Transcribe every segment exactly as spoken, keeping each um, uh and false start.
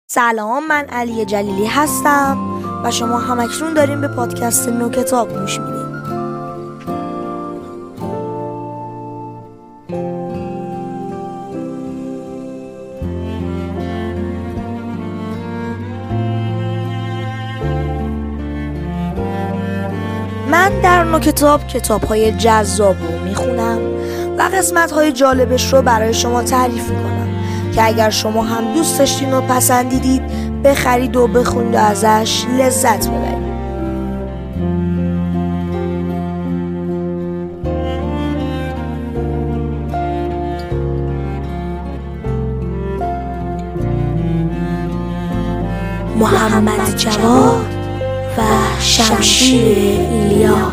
سلام، من علی جلیلی هستم و شما همکنون داریم به پادکست نو کتاب گوش میدید. من در نو کتاب کتاب‌های جذاب رو میخونم و قسمت‌های جالبش رو برای شما تعریف میکنم که اگر شما هم دوست داشتین و پسندیدید بخرید و بخونید و ازش لذت ببرید. محمد جواد و شمشیر ایلیا.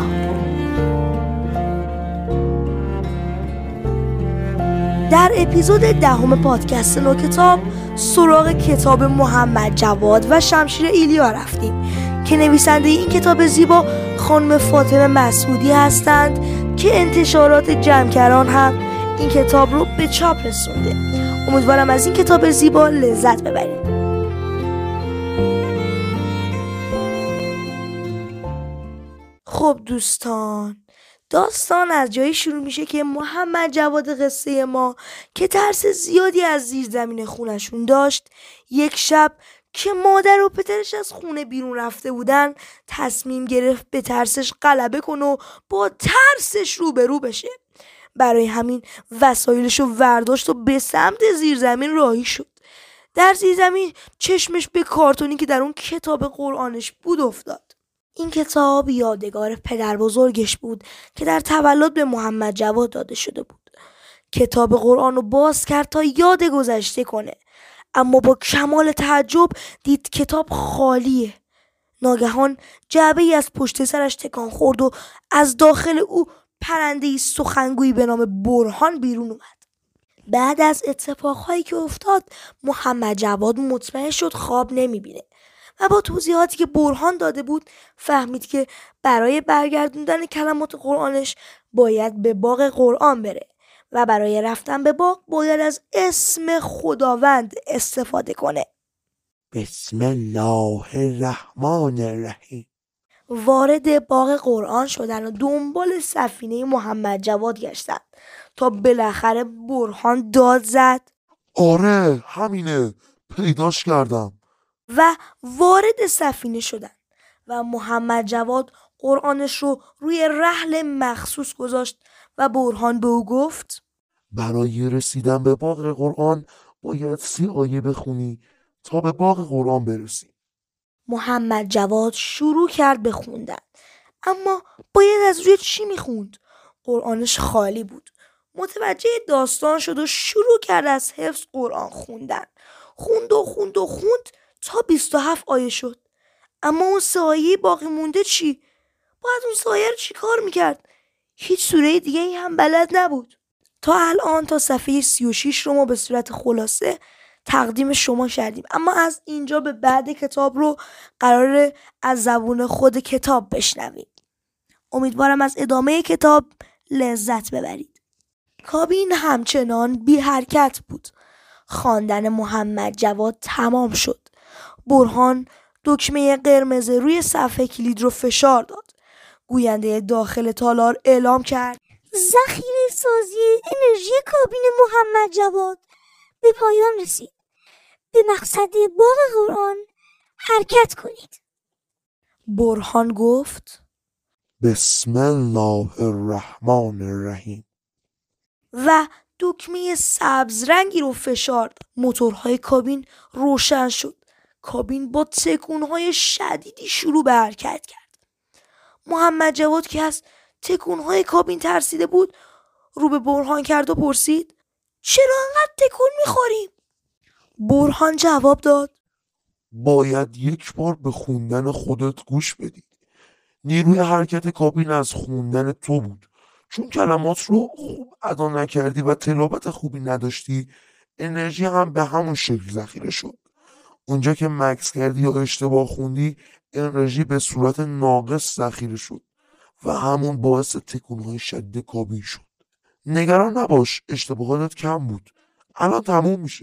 در اپیزود دهم پادکست نو کتاب سراغ کتاب محمد جواد و شمشیر ایلیا رفتیم که نویسنده این کتاب زیبا خانم فاطمه مسعودی هستند که انتشارات جمکران هم این کتاب رو به چاپ رسونده. امیدوارم از این کتاب زیبا لذت ببرید. خب دوستان، داستان از جایی شروع میشه که محمد جواد قصه ما که ترس زیادی از زیر زمین خونشون داشت، یک شب که مادر و پدرش از خونه بیرون رفته بودن تصمیم گرفت به ترسش غلبه کنه و با ترسش روبرو بشه. برای همین وسایلش رو ورداشت و به سمت زیر زمین راهی شد. در زیر زمین چشمش به کارتونی که در اون کتاب قرآنش بود افتاد. این کتاب یادگار پدر بزرگش بود که در تولد به محمد جواد داده شده بود. کتاب قرآن رو باز کرد تا یاد گذشته کنه، اما با کمال تعجب دید کتاب خالیه. ناگهان جعبه‌ای از پشت سرش تکان خورد و از داخل او پرنده‌ای سخنگویی به نام برهان بیرون اومد. بعد از اتفاقهایی که افتاد محمد جواد مطمئن شد خواب نمیبینه و با توضیحاتی که برهان داده بود فهمید که برای برگردوندن کلمات قرآنش باید به باغ قرآن بره و برای رفتن به باغ باید از اسم خداوند استفاده کنه. بسم الله الرحمن الرحیم. وارد باغ قرآن شدن و دنبال سفینه محمد جواد گشتن تا بالاخره برهان داد زد آره همینه، پیداش کردم. و وارد سفینه شدن و محمد جواد قرآنش رو روی رحل مخصوص گذاشت و برهان به او گفت برای رسیدن به باغ قرآن باید سی آیه بخونی تا به باغ قرآن برسی. محمد جواد شروع کرد به خوندن، اما باید از روی چی میخوند؟ قرآنش خالی بود. متوجه داستان شد و شروع کرد از حفظ قرآن خوندن. خوند و خوند و خوند تا بیست و هفت آیه شد. اما اون سه آیه باقی مونده چی؟ باید اون سه آیه رو چی کار میکرد؟ هیچ سوره دیگه ای هم بلد نبود. تا الان تا صفحه سی و شش رو ما به صورت خلاصه تقدیم شما کردیم، اما از اینجا به بعد کتاب رو قراره از زبون خود کتاب بشنویم. امیدوارم از ادامه کتاب لذت ببرید. کابین همچنان بی حرکت بود. خواندن محمد جواد تمام شد. برهان دکمه قرمز روی صفحه کلید رو فشار داد. گوینده داخل تالار اعلام کرد ذخیره سازی انرژی کابین محمد جواد به پایان رسید. به مقصد باغ قرآن حرکت کنید. برهان گفت بسم الله الرحمن الرحیم و دکمه سبز رنگی رو فشار داد. موتورهای کابین روشن شد. کابین با تکونهای شدیدی شروع به حرکت کرد. محمد جواد که از تکونهای کابین ترسیده بود رو به برهان کرد و پرسید چرا انقدر تکون میخوریم؟ برهان جواب داد باید یک بار به خوندن خودت گوش بدی. نیروی حرکت کابین از خوندن تو بود. چون کلمات رو خوب ادا نکردی و تلاوت خوبی نداشتی، انرژی هم به همون شکل ذخیره شد. اونجا که مکث کردی یا اشتباه خوندی، انرژی به صورت ناقص ذخیره شد و همون باعث تکونهای شدید کابین شد. نگران نباش، اشتباهاتت کم بود. الان تموم میشه.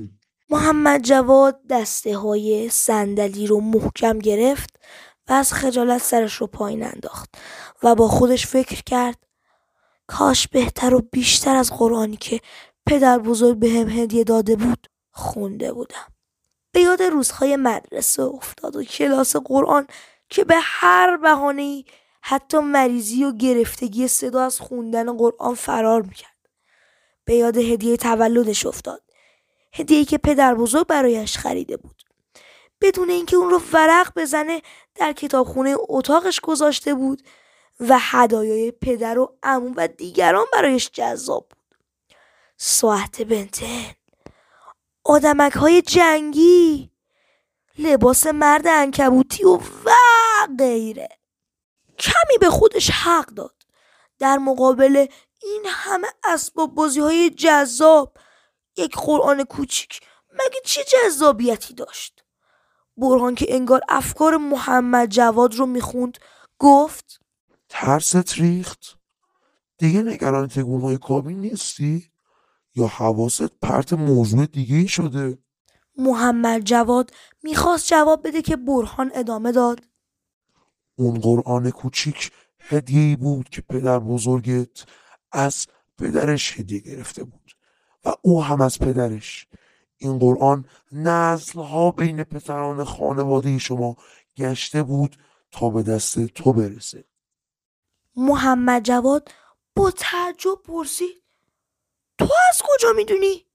محمد جواد دسته های صندلی رو محکم گرفت و از خجالت سرش رو پایین انداخت و با خودش فکر کرد کاش بهتر و بیشتر از قرآنی که پدر بزرگ به هم هدیه داده بود خونده بودم. به یاد روزهای مدرسه افتاد و کلاس قرآن که به هر بهانه‌ای حتی مریضی و گرفتگی صدا از خوندن قرآن فرار میکرد. به یاد هدیه تولدش افتاد. هدیه‌ای که پدر بزرگ برایش خریده بود. بدون اینکه اون رو ورق بزنه در کتابخونه اتاقش گذاشته بود و هدایای پدر و عمو و دیگران برایش جذاب بود. ساعت بنتن، آدمک های جنگی، لباس مرد عنکبوتی و و غیره. کمی به خودش حق داد. در مقابل این همه اسباب بازی های جذاب یک قرآن کوچیک مگه چه جذابیتی داشت؟ برهان که انگار افکار محمد جواد رو میخوند گفت ترست ریخت؟ دیگه نگران تکون‌های کابین نیستی؟ یا حواست پرت موضوع دیگه ای شده؟ محمد جواد میخواست جواب بده که برهان ادامه داد اون قرآن کوچیک هدیه‌ای بود که پدر بزرگت از پدرش هدیه گرفته بود و او هم از پدرش. این قرآن نسل‌ها بین پسران خانواده شما گشته بود تا به دست تو برسه. محمد جواد با تعجب پرسید تو از کجا میدونی؟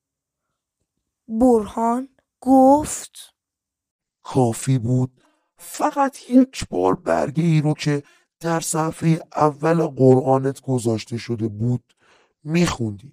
برهان گفت کافی بود فقط یک بار برگه ای رو که در صفحه اول قرآنت گذاشته شده بود میخوندی.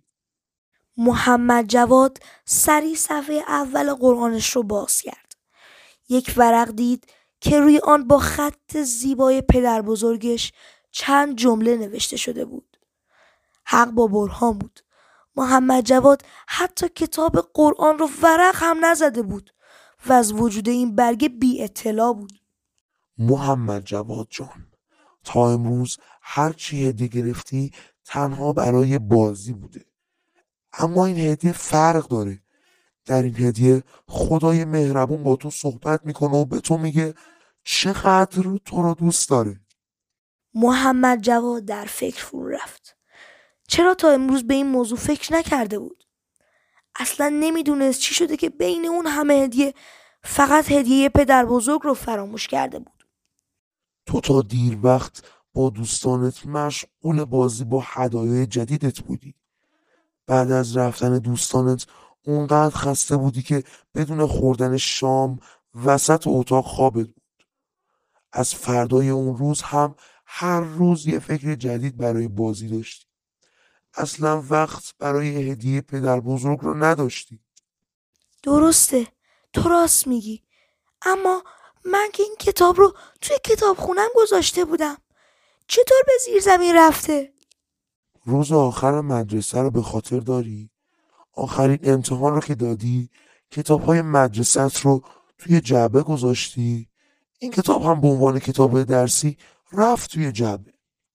محمد جواد سریع صفحه اول قرآنش رو باز کرد. یک ورق دید که روی آن با خط زیبای پدر بزرگش چند جمله نوشته شده بود. حق با برهان بود. محمد جواد حتی کتاب قرآن رو ورق هم نزده بود و از وجود این برگه بی اطلاع بود. محمد جواد جان، تا امروز هر چی هدیه گرفتی تنها برای بازی بوده، اما این هدیه فرق داره. در این هدیه خدای مهربون با تو صحبت میکنه و به تو میگه چقدر تو رو دوست داره. محمد جواد در فکر فرو رفت. چرا تا امروز به این موضوع فکر نکرده بود؟ اصلا نمیدونست چی شده که بین اون همه هدیه فقط هدیه پدر بزرگ رو فراموش کرده بود. تو تا دیر وقت با دوستانت مشغول بازی با هدایای جدیدت بودی. بعد از رفتن دوستانت اونقدر خسته بودی که بدون خوردن شام وسط اتاق خوابت بود. از فردای اون روز هم هر روز یه فکر جدید برای بازی داشتی. اصلا وقت برای هدیه پدر بزرگ رو نداشتی. درسته، تو راست میگی. اما من که این کتاب رو توی کتاب خونم گذاشته بودم. چطور به زیر زمین رفته؟ روز آخر مدرسه رو به خاطر داری؟ آخرین امتحان رو که دادی کتاب های مدرسه‌ت رو توی جعبه گذاشتی. این کتاب هم به عنوان کتاب درسی رفت توی جعبه.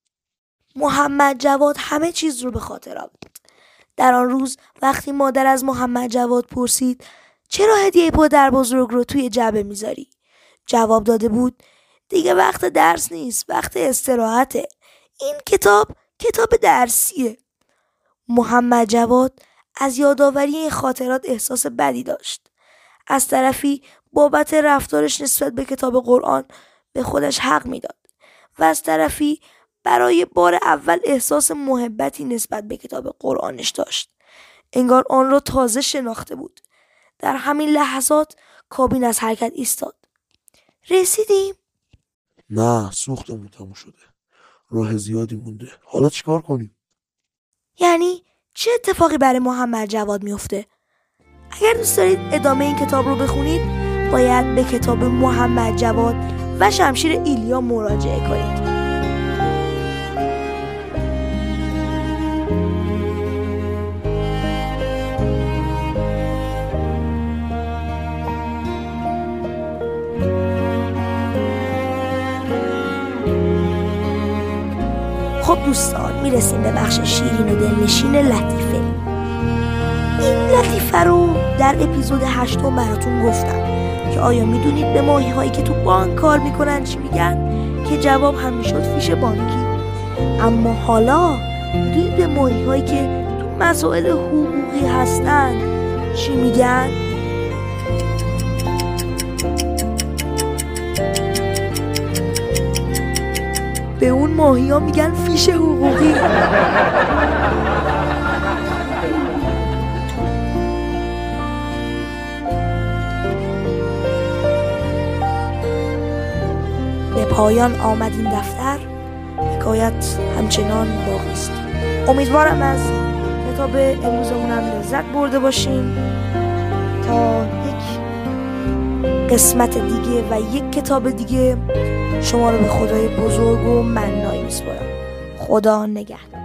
محمد جواد همه چیز رو به خاطر آورد. در آن روز وقتی مادر از محمد جواد پرسید چرا هدیه پدر بزرگ رو توی جعبه میذاری؟ جواب داده بود دیگه وقت درس نیست، وقت استراحته. این کتاب کتاب درسیه. محمد جواد از یادآوری این خاطرات احساس بدی داشت. از طرفی بابت رفتارش نسبت به کتاب قرآن به خودش حق میداد و از طرفی برای بار اول احساس محبتی نسبت به کتاب قرآنش داشت. انگار آن را تازه شناخته بود. در همین لحظات کابین از حرکت ایستاد. رسیدیم؟ نه، سوختمون تموم شده. راه زیادی مونده. حالا چیکار کنیم؟ یعنی چه اتفاقی برای محمد جواد میفته؟ اگر دوست دارید ادامه این کتاب رو بخونید باید به کتاب محمد جواد و شمشیر ایلیا مراجعه کنید. خب دوستان، میرسیم به بخش شیرین و دلنشین لطیفه. این لطیفه لطیفه رو در اپیزود هشتم براتون گفتم که آیا میدونید به ماهی هایی که تو بانک کار میکنن چی میگن؟ که جواب هم میشد فیش بانکی. اما حالا میدونید به ماهی هایی که تو مسائل حقوقی هستن چی میگن؟ به اون ماهی ها میگن فیش حقوقی. به پایان آمد این دفتر، حکایت همچنان باقی است. امیدوارم از کتاب امروزمونم لذت برده باشیم. تا یک قسمت دیگه و یک کتاب دیگه شما رو به خدای بزرگ و منایی میسپارم. خدا نگهدار.